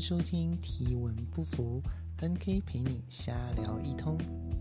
收听提文不符 ，NK 陪你瞎聊一通。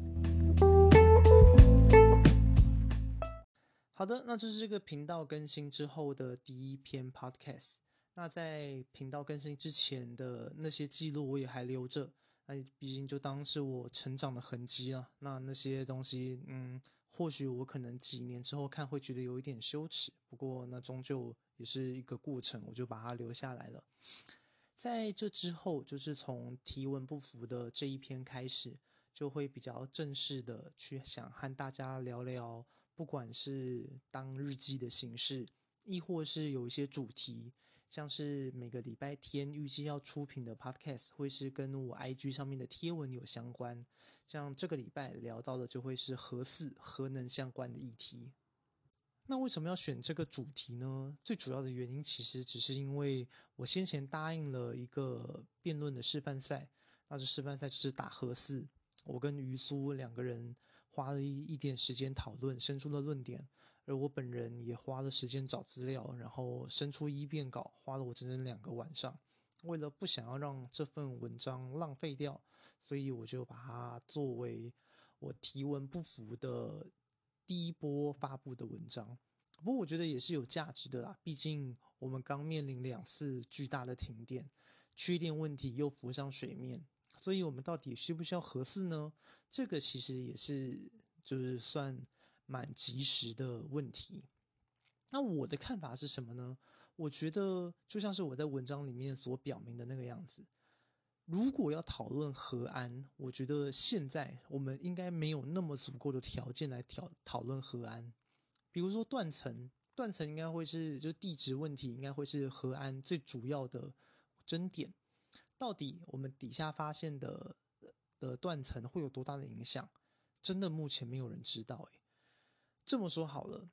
好的，那这是这个频道更新之后的第一篇 podcast。那在频道更新之前的那些记录我也还留着，那毕竟就当是我成长的痕迹了。那些东西，或许我可能几年之后看会觉得有一点羞耻，不过那终究也是一个过程，我就把它留下来了。在这之后，就是从提文不符的这一篇开始，就会比较正式的去想和大家聊聊，不管是当日记的形式，亦或是有一些主题，像是每个礼拜天预计要出品的 podcast 会是跟我 IG 上面的贴文有相关，像这个礼拜聊到的就会是核能相关的议题。那为什么要选这个主题呢？最主要的原因其实只是因为我先前答应了一个辩论的示范赛，那这示范赛就是打核四，我跟于苏两个人花了一点时间讨论，生出了论点，而我本人也花了时间找资料，然后生出一辩稿，花了我整整2个晚上。为了不想要让这份文章浪费掉，所以我就把它作为我提文不符的第一波发布的文章。不过我觉得也是有价值的啦，毕竟我们刚面临2次巨大的停电，缺电问题又浮上水面，所以我们到底需不需要核四呢？这个其实也是就是算蛮及时的问题。那我的看法是什么呢？我觉得就像是我在文章里面所表明的那个样子，如果要讨论核安，我觉得现在我们应该没有那么足够的条件来讨论核安。比如说断层应该会是就地质问题，应该会是核安最主要的争点。到底我们底下发现的断层会有多大的影响？真的目前没有人知道。这么说好了，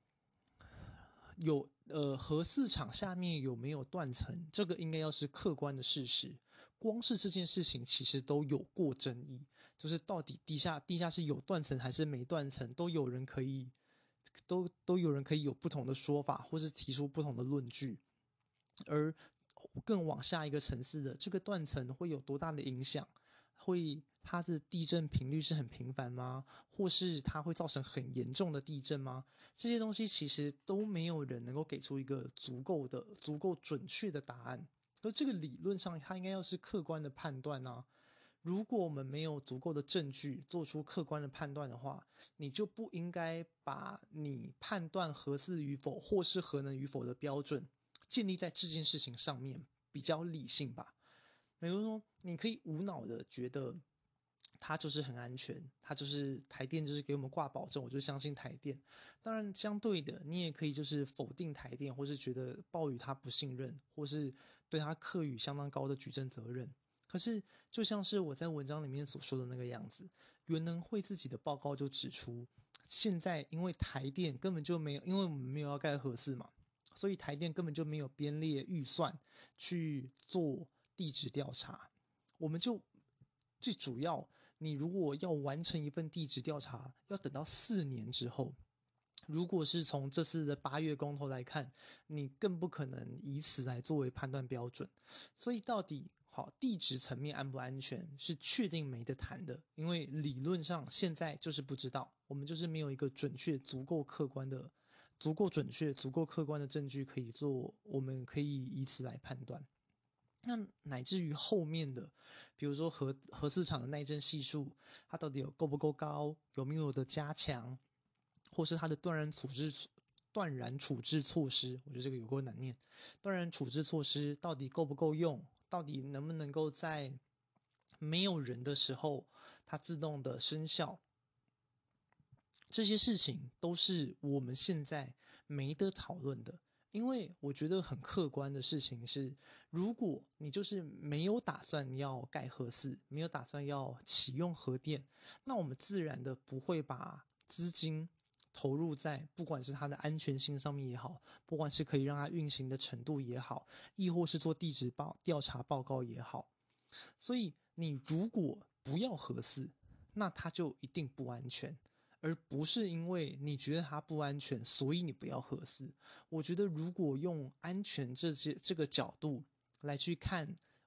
核四厂下面有没有断层，这个应该要是客观的事实。光是这件事情其实都有过争议，就是到底地下是有断层还是没断层，都有人可以有不同的说法，或是提出不同的论据。而更往下一个层次的，这个断层会有多大的影响？它的地震频率是很频繁吗？或是它会造成很严重的地震吗？这些东西其实都没有人能够给出一个足够准确的答案。而这个理论上，它应该要是客观的判断啊。如果我们没有足够的证据做出客观的判断的话，你就不应该把你判断核四与否或是核能与否的标准建立在这件事情上面，比较理性吧。比如说，你可以无脑的觉得它就是很安全，它就是台电就是给我们挂保证，我就相信台电。当然，相对的，你也可以就是否定台电，或是觉得抱与他不信任，或是对他课予相当高的举证责任。可是，就像是我在文章里面所说的那个样子，原能会自己的报告就指出，现在因为台电根本就没有，因为我们没有要盖核四嘛，所以台电根本就没有编列预算去做地质调查。我们就最主要，你如果要完成一份地质调查，要等到4年之后。如果是从这次的8月公投来看，你更不可能以此来作为判断标准。所以到底地质层面安不安全是确定没得谈的，因为理论上现在就是不知道，我们就是没有一个准确、足够客观的证据可以做，我们可以以此来判断。那乃至于后面的，比如说核四厂的耐震系数，它到底够不够高，有没有的加强，或是它的断然处置措施，我觉得这个有够难念。断然处置措施到底够不够用？到底能不能够在没有人的时候，它自动的生效？这些事情都是我们现在没得讨论的。因为我觉得很客观的事情是，如果你就是没有打算要盖核四，没有打算要启用核电，那我们自然的不会把资金投入在不管是它的安全性上面也好，不管是可以让它运行的程度也好，亦或是做地质调查报告也好。所以你如果不要核四，那它就一定不安全。而不是因为你觉得它不安全，所以你不要核四。我觉得如果用安全这个角度来去看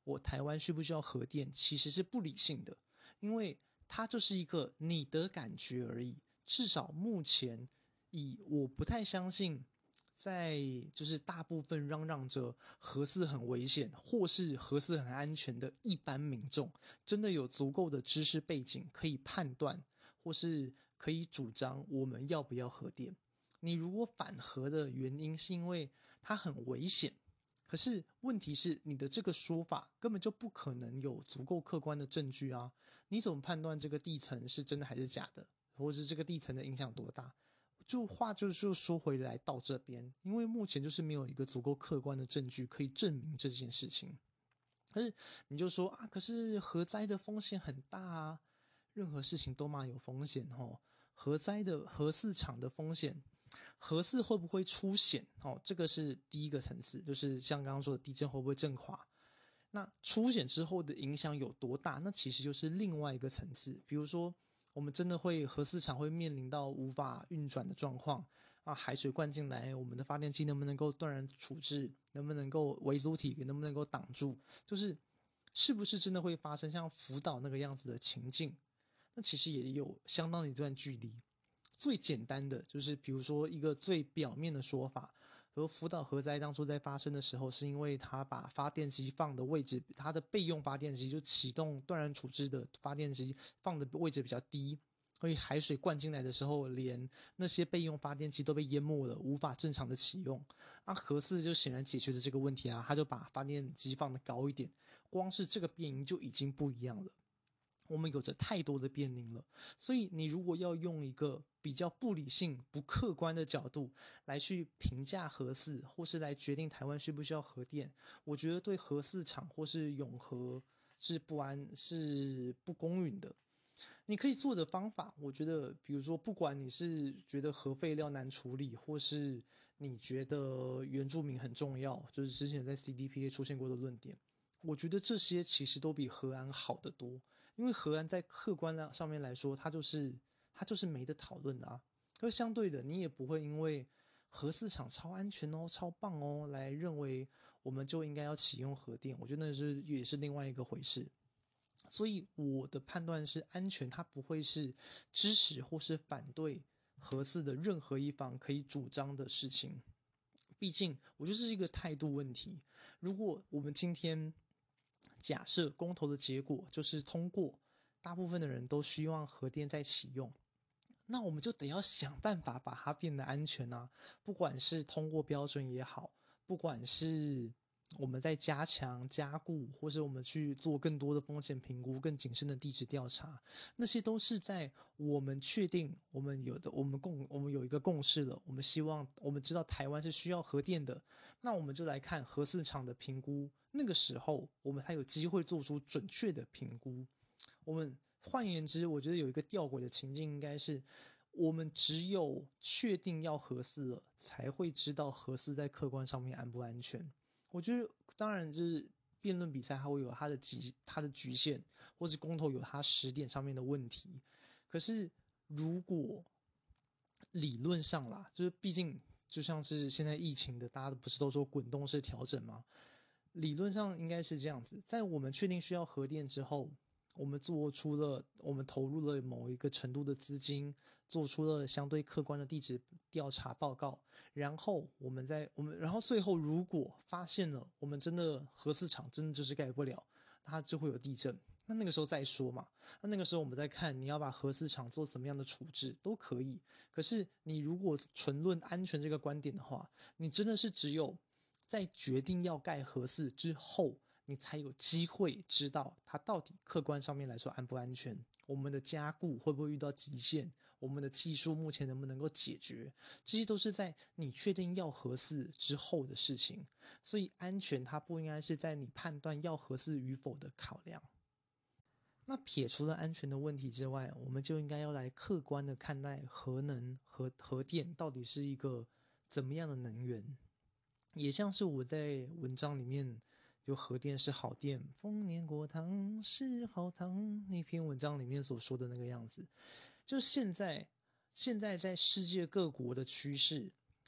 我台湾需不需要核电，其实是不理性的，因为它就是一个你的感觉而已。至少目前，我不太相信，在就是大部分嚷嚷着核四很危险，或是核四很安全的一般民众，真的有足够的知识背景可以判断，或是可以主张我们要不要核电。你如果反核的原因是因为它很危险，可是问题是你的这个说法根本就不可能有足够客观的证据啊！你怎么判断这个地层是真的还是假的，或是这个地层的影响多大？话就是说回来到这边，因为目前就是没有一个足够客观的证据可以证明这件事情。可是你就说啊，可是核灾的风险很大啊，任何事情都嘛有风险哦。核灾的核四厂的风险，核四会不会出险哦？这个是第一个层次，就是像刚刚说的地震会不会震垮？那出险之后的影响有多大？那其实就是另外一个层次。比如说，我们真的核四厂会面临到无法运转的状况啊，海水灌进来，我们的发电机能不能够断然处置？能不能够微阻体？能不能够挡住？就是是不是真的会发生像福岛那个样子的情境？那其实也有相当的一段距离。最简单的就是，比如说一个最表面的说法，而福岛核灾当初在发生的时候，是因为他把发电机放的位置，他的备用发电机就启动断然处置的发电机放的位置比较低，所以海水灌进来的时候，连那些备用发电机都被淹没了，无法正常的启用。核四就显然解决了这个问题啊，他就把发电机放的高一点，光是这个变因就已经不一样了。我们有着太多的变因了，所以你如果要用一个比较不理性、不客观的角度来去评价核四，或是来决定台湾需不需要核电，我觉得对核四厂或是永和是不公允的。你可以做的方法，我觉得，比如说，不管你是觉得核废料难处理，或是你觉得原住民很重要，就是之前在 CDPA 出现过的论点，我觉得这些其实都比核安好得多。因为核安在客观上面来说，它就是没得讨论的啊。而相对的，你也不会因为核四厂超安全哦、超棒哦，来认为我们就应该要启用核电。我觉得也是另外一个回事。所以我的判断是，安全它不会是支持或是反对核四的任何一方可以主张的事情。毕竟，我觉得这是一个态度问题。如果我们今天假设公投的结果就是通过，大部分的人都希望核电再启用，那我们就得要想办法把它变得安全啊！不管是通过标准也好，不管是我们在加强加固，或是我们去做更多的风险评估、更谨慎的地质调查，那些都是在我们确定我们有一个共识了，我们知道台湾是需要核电的，那我们就来看核四厂的评估，那个时候我们才有机会做出准确的评估。换言之，我觉得有一个吊诡的情境，应该是我们只有确定要核四了，才会知道核四在客观上面安不安全。我觉得，当然就是辩论比赛，它会有它的局限，或是公投有它时点上面的问题。可是，如果理论上啦，就是毕竟就像是现在疫情的，大家不是都说滚动式调整吗？理论上应该是这样子，在我们确定需要核电之后，我们投入了某一个程度的资金，做出了相对客观的地质调查报告，然后然后最后如果发现了我们真的核四厂真的就是盖不了，它就会有地震。那个时候再说嘛，那个时候我们再看你要把核四厂做怎么样的处置都可以。可是你如果纯论安全这个观点的话，你真的是只有在决定要盖核四之后，你才有机会知道它到底客观上面来说安不安全，我们的加固会不会遇到极限，我们的技术目前能不能够解决，这些都是在你确定要核四之后的事情。所以安全它不应该是在你判断要核四与否的考量。那撇除了安全的问题之外，我们就应该要来客观的看待核电到底是一个怎么样的能源。也像是我在文章里面有核电是好电，丰年果糖是好糖那篇文章里面所说的那个样子。就现在在世界各国的趋势，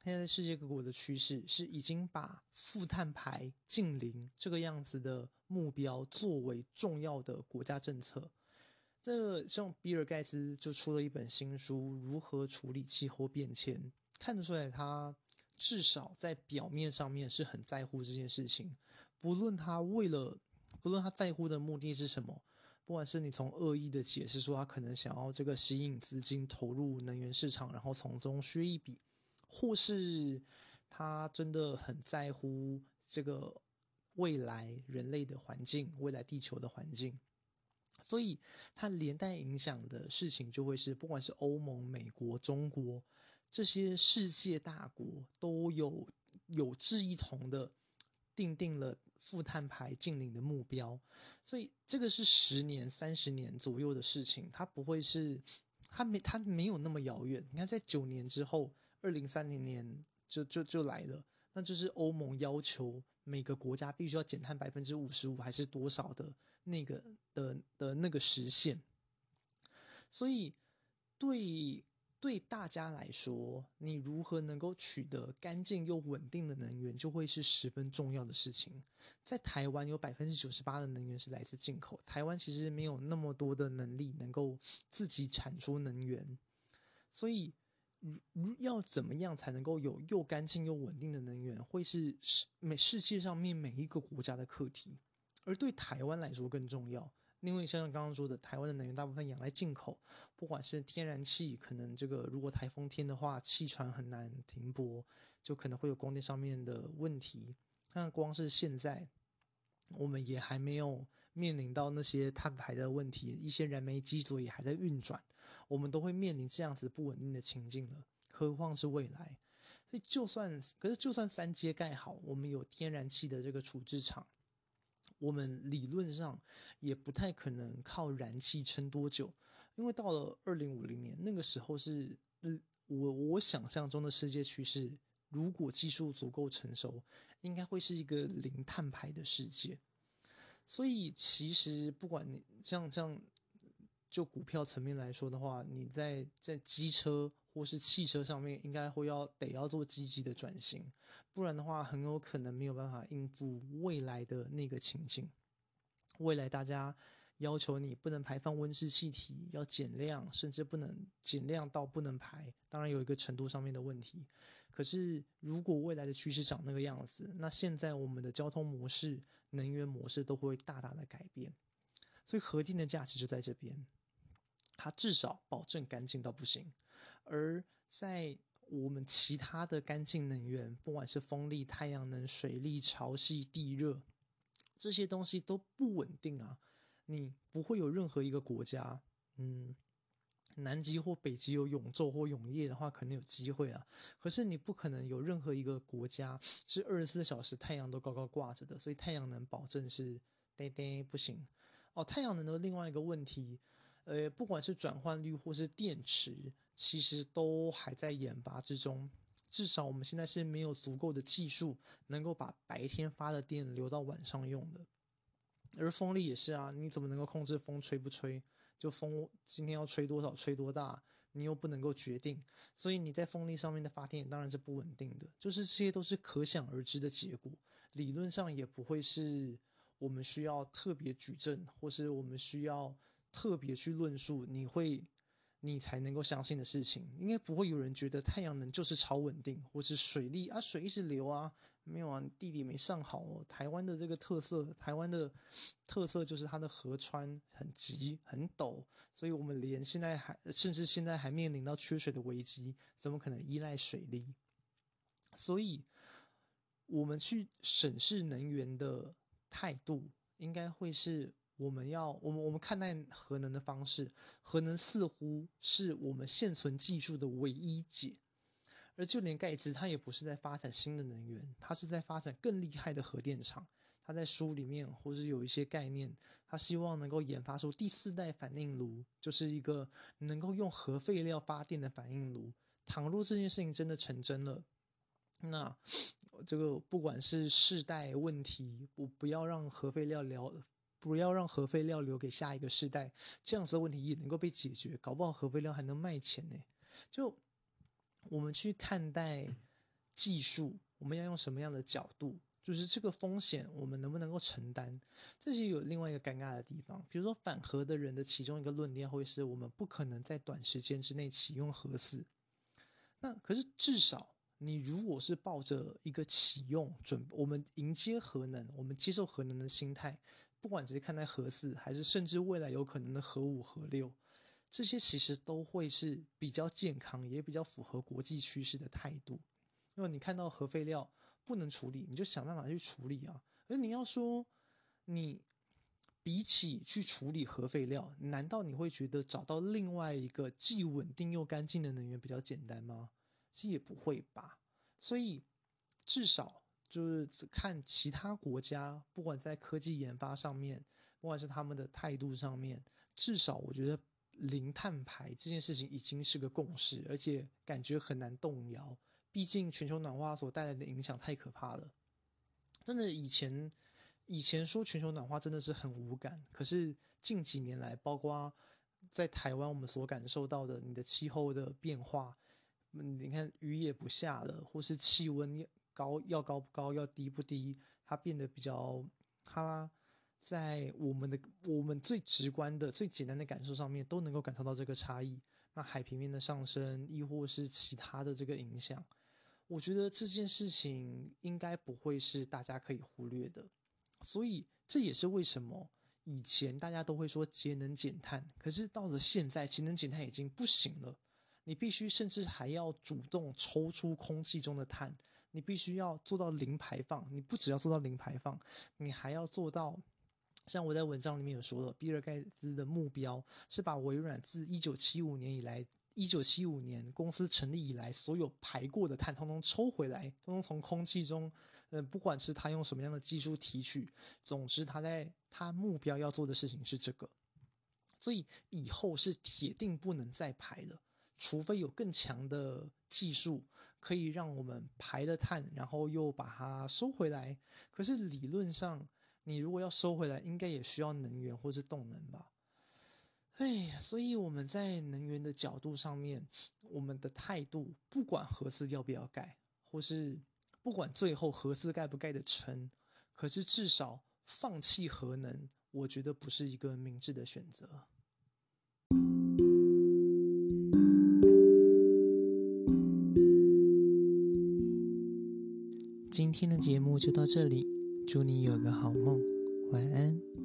现在世界各国的趋势是已经把负碳排净零这个样子的目标作为重要的国家政策。这个像比尔盖茨就出了一本新书《如何处理气候变迁》，看得出来他至少在表面上面是很在乎这件事情，不论他在乎的目的是什么，不管是你从恶意的解释说他可能想要这个吸引资金投入能源市场，然后从中削一笔，或是他真的很在乎这个未来人类的环境，未来地球的环境。所以它连带影响的事情就会是，不管是欧盟、美国、中国这些世界大国都有志一同的订定了负碳排净零的目标。所以这个是10年、30年左右的事情，它不会是它没有那么遥远。你看，在9年之后，2030年就来了，那就是欧盟要求每个国家必须要减碳55%还是多少的那个实现。所以对大家来说，你如何能够取得干净又稳定的能源，就会是十分重要的事情。在台湾有98%的能源是来自进口，台湾其实没有那么多的能力能够自己产出能源，所以要怎么样才能够有又干净又稳定的能源，会是世界上面每一个国家的课题。而对台湾来说更重要，因为像刚刚说的，台湾的能源大部分仰赖进口，不管是天然气，可能这个如果台风天的话，气船很难停泊，就可能会有供电上面的问题。那光是现在，我们也还没有面临到那些碳排的问题，一些燃煤机组也还在运转，我们都会面临这样子不稳定的情境了，何况是未来。所以就算三阶盖好，我们有天然气的这个处置厂，我们理论上也不太可能靠燃气撑多久，因为到了2050年那个时候是，我想象中的世界趋势，如果技术足够成熟，应该会是一个零碳排的世界。所以其实不管你像就股票层面来说的话，你在机车或是汽车上面应该得要做积极的转型，不然的话很有可能没有办法应付未来的那个情境。未来大家要求你不能排放温室气体，要减量，甚至不能减量到不能排，当然有一个程度上面的问题。可是如果未来的趋势长那个样子，那现在我们的交通模式、能源模式都会大大的改变。所以核电的价值就在这边，它至少保证干净到不行。而在我们其他的干净能源，不管是风力、太阳能、水力、潮汐、地热，这些东西都不稳定啊。你不会有任何一个国家，南极或北极有永昼或永夜的话，可能有机会啊。可是你不可能有任何一个国家是24小时太阳都高高挂着的，所以太阳能保证是不行。太阳能的另外一个问题，不管是转换率或是电池，其实都还在研发之中。至少我们现在是没有足够的技术能够把白天发的电留到晚上用的。而风力也是啊，你怎么能够控制风吹不吹？就风今天要吹多少，吹多大，你又不能够决定，所以你在风力上面的发电当然是不稳定的。就是这些都是可想而知的结果，理论上也不会是我们需要特别举证，或是我们需要特别去论述你才能够相信的事情。应该不会有人觉得太阳能就是超稳定，或是水力啊，水一直流啊，没有啊，地理没上好哦。台湾的特色就是它的河川很急很陡，所以我们甚至现在还面临到缺水的危机，怎么可能依赖水力？所以我们去审视能源的态度，应该会是我们看待核能的方式，核能似乎是我们现存技术的唯一解。而就连盖茨他也不是在发展新的能源，他是在发展更厉害的核电厂。他在书里面或是有一些概念，他希望能够研发出第4代反应炉，就是一个能够用核废料发电的反应炉。倘若这件事情真的成真了，那这个不管是世代问题，不要让核废料留给下一个世代，这样子的问题也能够被解决，搞不好核废料还能卖钱呢。就我们去看待技术，我们要用什么样的角度，就是这个风险我们能不能够承担，这是有另外一个尴尬的地方。比如说反核的人的其中一个论调会是我们不可能在短时间之内启用核四，那可是至少你如果是抱着一个启用我们迎接核能，我们接受核能的心态，不管只是看待核四，还是甚至未来有可能的核五、核六，这些其实都会是比较健康，也比较符合国际趋势的态度。因为你看到核废料不能处理，你就想办法去处理啊。而你要说你比起去处理核废料，难道你会觉得找到另外一个既稳定又干净的能源比较简单吗？其实也不会吧。所以至少就是看其他国家，不管在科技研发上面，不管是他们的态度上面，至少我觉得零碳排这件事情已经是个共识，而且感觉很难动摇。毕竟全球暖化所带来的影响太可怕了。真的以前说全球暖化真的是很无感，可是近几年来，包括在台湾我们所感受到的你的气候的变化，你看雨也不下了，或是气温要高不高，要低不低，它变得比较，它在我们最直观的、最简单的感受上面都能够感受到这个差异。那海平面的上升，亦或是其他的这个影响，我觉得这件事情应该不会是大家可以忽略的。所以这也是为什么以前大家都会说节能减碳，可是到了现在节能减碳已经不行了，你必须甚至还要主动抽出空气中的碳，你必须要做到零排放，你不只要做到零排放，你还要做到像我在文章里面有说了，比尔盖茨的目标是把微软自1975年公司成立以来所有排过的碳通通抽回来，通通从空气中不管是他用什么样的技术提取，总之他目标要做的事情是这个。所以以后是铁定不能再排了，除非有更强的技术可以让我们排了碳，然后又把它收回来。可是理论上你如果要收回来，应该也需要能源或是动能吧。所以我们在能源的角度上面，我们的态度，不管核四要不要盖，或是不管最后核四盖不盖得成，可是至少放弃核能，我觉得不是一个明智的选择。今天的节目就到这里，祝你有个好梦，晚安。